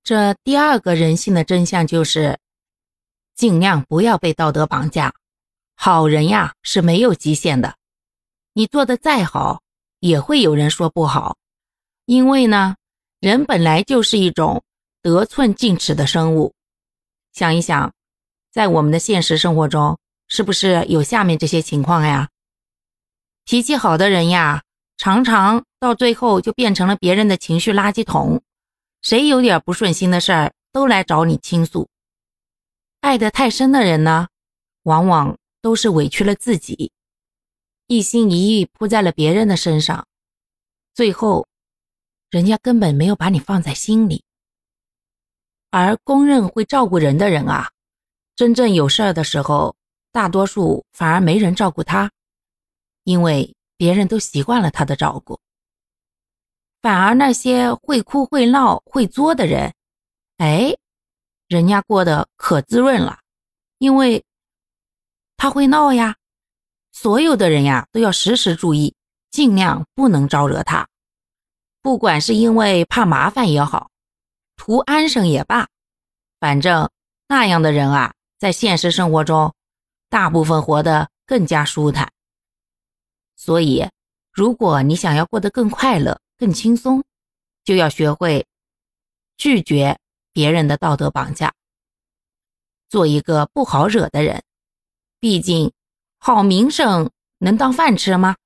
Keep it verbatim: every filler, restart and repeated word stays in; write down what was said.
这第二个人性的真相就是，尽量不要被道德绑架。好人呀是没有极限的，你做得再好，也会有人说不好。因为呢，人本来就是一种得寸进尺的生物。想一想，在我们的现实生活中，是不是有下面这些情况呀？脾气好的人呀，常常到最后就变成了别人的情绪垃圾桶，谁有点不顺心的事儿都来找你倾诉。爱得太深的人呢，往往都是委屈了自己，一心一意扑在了别人的身上，最后人家根本没有把你放在心里。而公认会照顾人的人啊，真正有事儿的时候，大多数反而没人照顾他，因为别人都习惯了他的照顾。反而那些会哭会闹会作的人，哎，人家过得可滋润了，因为他会闹呀。所有的人呀都要时时注意，尽量不能招惹他，不管是因为怕麻烦也好，图安生也罢，反正那样的人啊，在现实生活中大部分活得更加舒坦。所以如果你想要过得更快乐更轻松，就要学会拒绝别人的道德绑架，做一个不好惹的人。毕竟好名声能当饭吃吗？